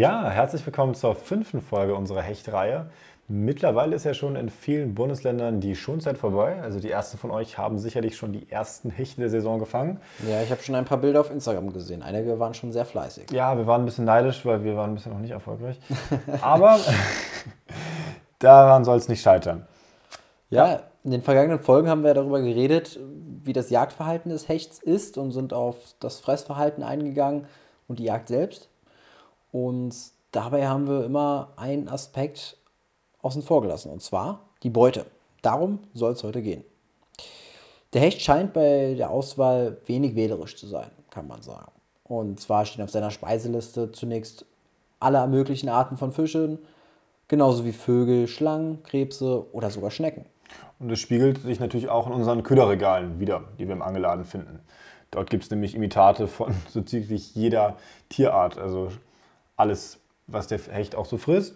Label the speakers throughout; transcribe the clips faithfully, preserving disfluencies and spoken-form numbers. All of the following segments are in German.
Speaker 1: Ja, herzlich willkommen zur fünften Folge unserer Hechtreihe. Mittlerweile ist ja schon in vielen Bundesländern die Schonzeit vorbei. Also die ersten von euch haben sicherlich schon die ersten Hechte der Saison gefangen.
Speaker 2: Ja, ich habe schon ein paar Bilder auf Instagram gesehen. Einige waren schon sehr fleißig.
Speaker 1: Ja, wir waren ein bisschen neidisch, weil wir waren bisher noch nicht erfolgreich. Aber daran soll es nicht scheitern.
Speaker 2: Ja, in den vergangenen Folgen haben wir darüber geredet, wie das Jagdverhalten des Hechts ist und sind auf das Fressverhalten eingegangen und die Jagd selbst. Und dabei haben wir immer einen Aspekt außen vor gelassen, und zwar die Beute. Darum soll es heute gehen. Der Hecht scheint bei der Auswahl wenig wählerisch zu sein, kann man sagen. Und zwar stehen auf seiner Speiseliste zunächst alle möglichen Arten von Fischen, genauso wie Vögel, Schlangen, Krebse oder sogar Schnecken.
Speaker 1: Und das spiegelt sich natürlich auch in unseren Köderregalen wieder, die wir im Angelladen finden. Dort gibt es nämlich Imitate von so ziemlich jeder Tierart, also alles, was der Hecht auch so frisst.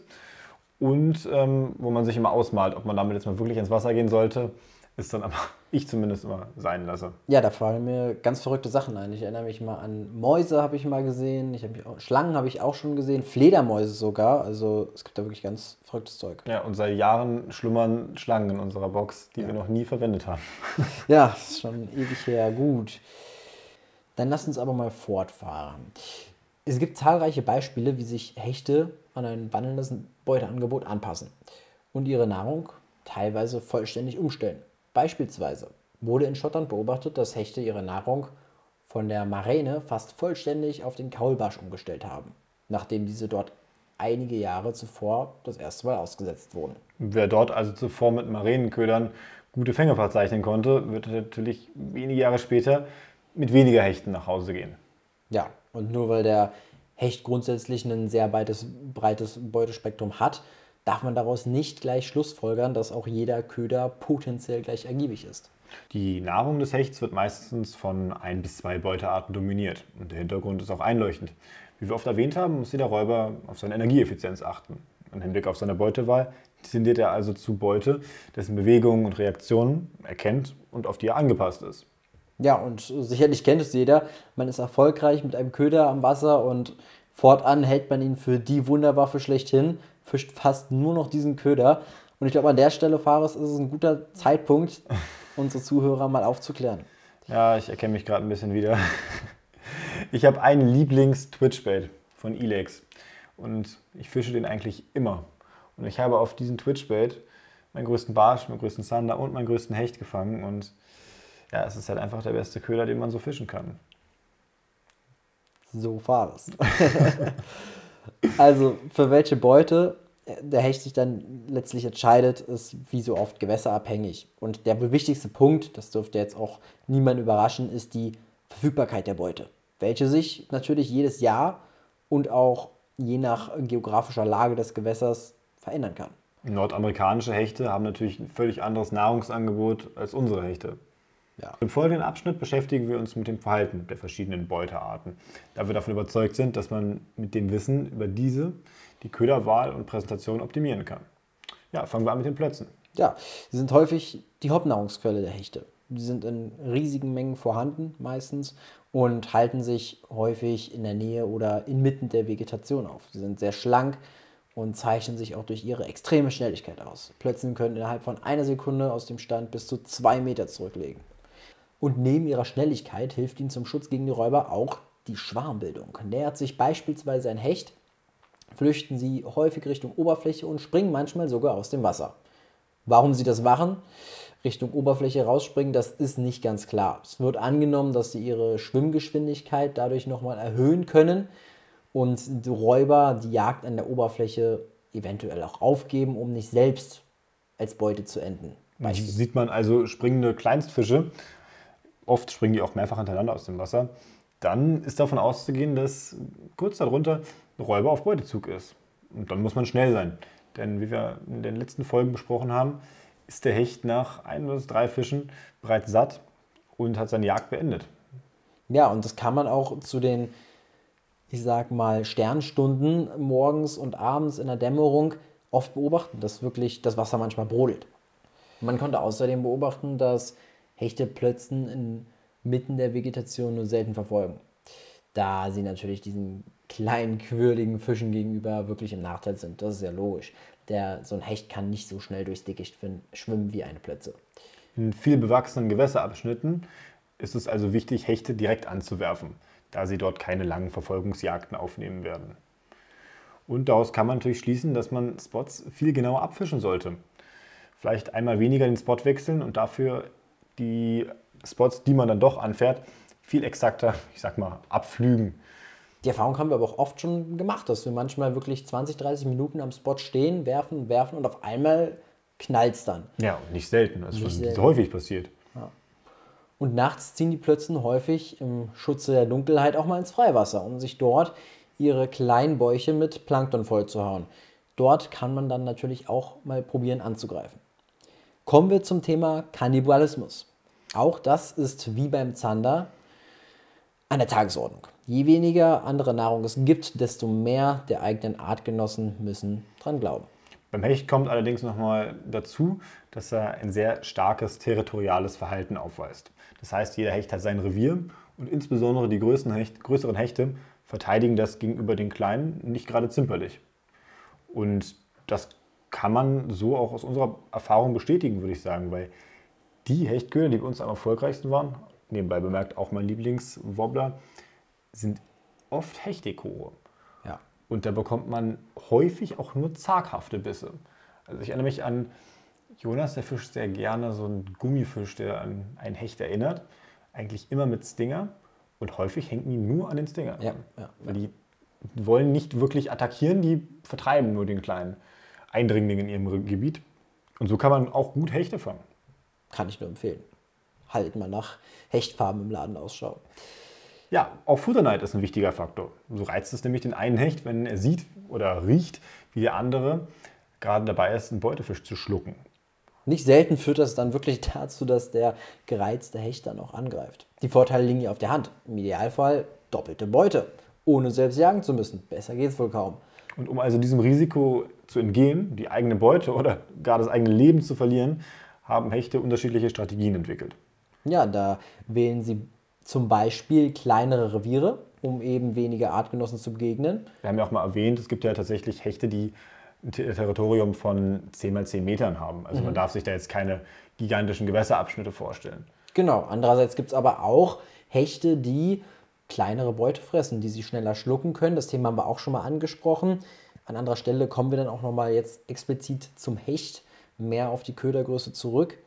Speaker 1: Und ähm, wo man sich immer ausmalt, ob man damit jetzt mal wirklich ins Wasser gehen sollte, ist dann aber ich zumindest immer sein lasse.
Speaker 2: Ja, da fallen mir ganz verrückte Sachen ein. Ich erinnere mich mal an Mäuse, habe ich mal gesehen. Ich hab mich auch, Schlangen habe ich auch schon gesehen. Fledermäuse sogar. Also es gibt da wirklich ganz verrücktes Zeug.
Speaker 1: Ja, und seit Jahren schlummern Schlangen in unserer Box, die
Speaker 2: Ja.
Speaker 1: wir noch nie verwendet haben.
Speaker 2: Ja, das ist schon ewig her. Gut. Dann lass uns aber mal fortfahren. Es gibt zahlreiche Beispiele, wie sich Hechte an ein wandelndes Beuteangebot anpassen und ihre Nahrung teilweise vollständig umstellen. Beispielsweise wurde in Schottland beobachtet, dass Hechte ihre Nahrung von der Maräne fast vollständig auf den Kaulbarsch umgestellt haben, nachdem diese dort einige Jahre zuvor das erste Mal ausgesetzt wurden.
Speaker 1: Wer dort also zuvor mit Marenenködern gute Fänge verzeichnen konnte, wird natürlich wenige Jahre später mit weniger Hechten nach Hause gehen.
Speaker 2: Ja, und nur weil der Hecht grundsätzlich ein sehr breites, breites Beutespektrum hat, darf man daraus nicht gleich schlussfolgern, dass auch jeder Köder potenziell gleich ergiebig ist.
Speaker 1: Die Nahrung des Hechts wird meistens von ein bis zwei Beutearten dominiert. Und der Hintergrund ist auch einleuchtend. Wie wir oft erwähnt haben, muss jeder Räuber auf seine Energieeffizienz achten. Im Hinblick auf seine Beutewahl tendiert er also zu Beute, dessen Bewegungen und Reaktionen er kennt und auf die er angepasst ist.
Speaker 2: Ja, und sicherlich kennt es jeder, man ist erfolgreich mit einem Köder am Wasser und fortan hält man ihn für die Wunderwaffe schlechthin, fischt fast nur noch diesen Köder. Und ich glaube, an der Stelle, Fares, ist es ein guter Zeitpunkt, unsere Zuhörer mal aufzuklären.
Speaker 1: Ja, ich erkenne mich gerade ein bisschen wieder. Ich habe einen Lieblings-Twitchbait von Elex und ich fische den eigentlich immer. Und ich habe auf diesen Twitchbait meinen größten Barsch, meinen größten Zander und meinen größten Hecht gefangen. Und ja, es ist halt einfach der beste Köder, den man so fischen kann.
Speaker 2: So Fares. Also für welche Beute der Hecht sich dann letztlich entscheidet, ist wie so oft gewässerabhängig. Und der wichtigste Punkt, das dürfte jetzt auch niemand überraschen, ist die Verfügbarkeit der Beute, welche sich natürlich jedes Jahr und auch je nach geografischer Lage des Gewässers verändern kann.
Speaker 1: Nordamerikanische Hechte haben natürlich ein völlig anderes Nahrungsangebot als unsere Hechte.
Speaker 2: Ja.
Speaker 1: Im folgenden Abschnitt beschäftigen wir uns mit dem Verhalten der verschiedenen Beutearten, da wir davon überzeugt sind, dass man mit dem Wissen über diese die Köderwahl und Präsentation optimieren kann. Ja, fangen wir an mit den Plötzen.
Speaker 2: Ja, sie sind häufig die Hauptnahrungsquelle der Hechte. Sie sind in riesigen Mengen vorhanden meistens und halten sich häufig in der Nähe oder inmitten der Vegetation auf. Sie sind sehr schlank und zeichnen sich auch durch ihre extreme Schnelligkeit aus. Plötzen können innerhalb von einer Sekunde aus dem Stand bis zu zwei Meter zurücklegen. Und neben ihrer Schnelligkeit hilft ihnen zum Schutz gegen die Räuber auch die Schwarmbildung. Nähert sich beispielsweise ein Hecht, flüchten sie häufig Richtung Oberfläche und springen manchmal sogar aus dem Wasser. Warum sie das machen, Richtung Oberfläche rausspringen, das ist nicht ganz klar. Es wird angenommen, dass sie ihre Schwimmgeschwindigkeit dadurch nochmal erhöhen können und die Räuber die Jagd an der Oberfläche eventuell auch aufgeben, um nicht selbst als Beute zu enden.
Speaker 1: Beispiel. Sieht man also springende Kleinstfische, oft springen die auch mehrfach hintereinander aus dem Wasser, dann ist davon auszugehen, dass kurz darunter ein Räuber auf Beutezug ist. Und dann muss man schnell sein. Denn wie wir in den letzten Folgen besprochen haben, ist der Hecht nach ein bis drei Fischen bereits satt und hat seine Jagd beendet.
Speaker 2: Ja, und das kann man auch zu den, ich sag mal, Sternstunden morgens und abends in der Dämmerung oft beobachten, dass wirklich das Wasser manchmal brodelt. Man konnte außerdem beobachten, dass Hechte Plötzen inmitten der Vegetation nur selten verfolgen. da sie natürlich diesen kleinen, quirligen Fischen gegenüber wirklich im Nachteil sind. Das ist ja logisch. Der, so ein Hecht kann nicht so schnell durchs Dickicht schwimmen wie eine Plötze.
Speaker 1: In viel bewachsenen Gewässerabschnitten ist es also wichtig, Hechte direkt anzuwerfen, da sie dort keine langen Verfolgungsjagden aufnehmen werden. Und daraus kann man natürlich schließen, dass man Spots viel genauer abfischen sollte. Vielleicht einmal weniger den Spot wechseln und dafür die Spots, die man dann doch anfährt, viel exakter, ich sag mal, abpflügen.
Speaker 2: Die Erfahrung haben wir aber auch oft schon gemacht, dass wir manchmal wirklich zwanzig, dreißig Minuten am Spot stehen, werfen, werfen und auf einmal knallt es dann.
Speaker 1: Ja, und nicht selten. Das ist
Speaker 2: Nicht
Speaker 1: schon
Speaker 2: selten.
Speaker 1: häufig passiert.
Speaker 2: Ja. Und nachts ziehen die Plötzen häufig im Schutze der Dunkelheit auch mal ins Freiwasser, um sich dort ihre kleinen Bäuche mit Plankton vollzuhauen. Dort kann man dann natürlich auch mal probieren anzugreifen. Kommen wir zum Thema Kannibalismus. Auch das ist wie beim Zander an der Tagesordnung. Je weniger andere Nahrung es gibt, desto mehr der eigenen Artgenossen müssen dran glauben.
Speaker 1: Beim Hecht kommt allerdings nochmal dazu, dass er ein sehr starkes territoriales Verhalten aufweist. Das heißt, jeder Hecht hat sein Revier und insbesondere die größeren, Hecht, größeren Hechte verteidigen das gegenüber den kleinen nicht gerade zimperlich. Und das kann man so auch aus unserer Erfahrung bestätigen, würde ich sagen, weil die Hechtköder, die bei uns am erfolgreichsten waren, nebenbei bemerkt auch mein Lieblingswobbler, sind oft Hechtdekore.
Speaker 2: Ja.
Speaker 1: Und da bekommt man häufig auch nur zaghafte Bisse. Also ich erinnere mich an Jonas, der fischt sehr gerne so einen Gummifisch, der an einen Hecht erinnert. Eigentlich immer mit Stinger und häufig hängen die nur an den Stinger.
Speaker 2: Ja, ja,
Speaker 1: Weil die wollen nicht wirklich attackieren, die vertreiben nur den kleinen Eindringling in ihrem Gebiet. Und so kann man auch gut Hechte fangen.
Speaker 2: Kann ich nur empfehlen. Haltet mal nach Hechtfarben im Laden Ausschau.
Speaker 1: Ja, auch Futterneid ist ein wichtiger Faktor. So reizt es nämlich den einen Hecht, wenn er sieht oder riecht, wie der andere gerade dabei ist, einen Beutefisch zu schlucken.
Speaker 2: Nicht selten führt das dann wirklich dazu, dass der gereizte Hecht dann auch angreift. Die Vorteile liegen ja auf der Hand. Im Idealfall doppelte Beute, ohne selbst jagen zu müssen. Besser geht's wohl kaum.
Speaker 1: Und um also diesem Risiko zu entgehen, die eigene Beute oder gar das eigene Leben zu verlieren, haben Hechte unterschiedliche Strategien entwickelt.
Speaker 2: Ja, da wählen sie zum Beispiel kleinere Reviere, um eben weniger Artgenossen zu begegnen.
Speaker 1: Wir haben ja auch mal erwähnt, es gibt ja tatsächlich Hechte, die ein Territorium von zehn mal zehn Metern haben. Also mhm. man darf sich da jetzt keine gigantischen Gewässerabschnitte vorstellen.
Speaker 2: Genau, andererseits gibt es aber auch Hechte, die kleinere Beute fressen, die sie schneller schlucken können. Das Thema haben wir auch schon mal angesprochen. An anderer Stelle kommen wir dann auch nochmal jetzt explizit zum Hecht, mehr auf die Ködergröße zurück.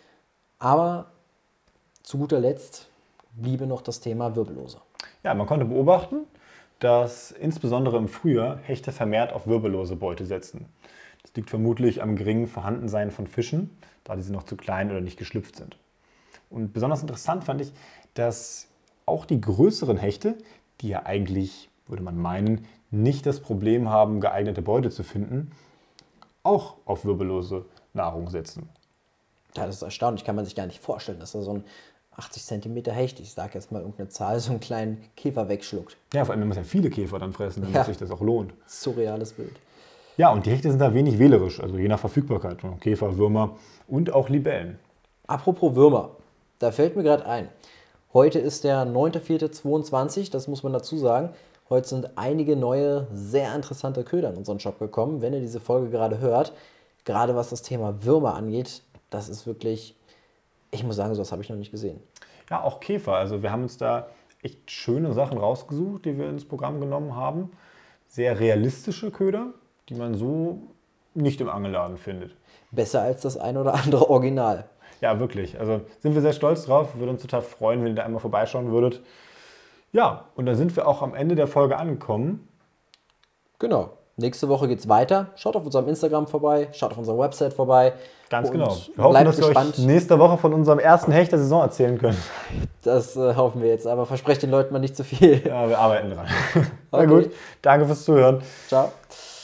Speaker 2: Aber zu guter Letzt bliebe noch das Thema Wirbellose.
Speaker 1: Ja, man konnte beobachten, dass insbesondere im Frühjahr Hechte vermehrt auf wirbellose Beute setzen. Das liegt vermutlich am geringen Vorhandensein von Fischen, da diese noch zu klein oder nicht geschlüpft sind. Und besonders interessant fand ich, dass auch die größeren Hechte, die ja eigentlich, würde man meinen, nicht das Problem haben, geeignete Beute zu finden, auch auf wirbellose Nahrung setzen.
Speaker 2: Ja, das ist erstaunlich, kann man sich gar nicht vorstellen, dass da so ein achtzig Zentimeter Hecht, ich sage jetzt mal irgendeine Zahl, so einen kleinen Käfer wegschluckt.
Speaker 1: Ja, vor allem, wenn man ja viele Käfer dann fressen, damit
Speaker 2: ja.
Speaker 1: sich das auch lohnt.
Speaker 2: Surreales Bild.
Speaker 1: Ja, und die Hechte sind da wenig wählerisch, also je nach Verfügbarkeit. Käfer, Würmer und auch Libellen.
Speaker 2: Apropos Würmer, da fällt mir gerade ein. Heute ist der neunter vierter zweiundzwanzig, das muss man dazu sagen. Heute sind einige neue, sehr interessante Köder in unseren Shop gekommen. Wenn ihr diese Folge gerade hört, gerade was das Thema Würmer angeht, das ist wirklich... Ich muss sagen, sowas habe ich noch nicht gesehen.
Speaker 1: Ja, auch Käfer. Also wir haben uns da echt schöne Sachen rausgesucht, die wir ins Programm genommen haben. Sehr realistische Köder, die man so nicht im Angelladen findet.
Speaker 2: Besser als das ein oder andere Original.
Speaker 1: Ja, wirklich. Also sind wir sehr stolz drauf. Würde uns total freuen, wenn ihr da einmal vorbeischauen würdet. Ja, und dann sind wir auch am Ende der Folge angekommen.
Speaker 2: Genau. Nächste Woche geht's weiter. Schaut auf unserem Instagram vorbei, schaut auf unserer Website vorbei.
Speaker 1: Ganz genau. Wir hoffen, dass wir euch nächste Woche von unserem ersten Hecht der Saison erzählen können.
Speaker 2: Das äh, hoffen wir jetzt, aber versprecht den Leuten mal nicht zu viel.
Speaker 1: Ja, wir arbeiten dran.
Speaker 2: Okay.
Speaker 1: Na gut, danke fürs Zuhören.
Speaker 2: Ciao.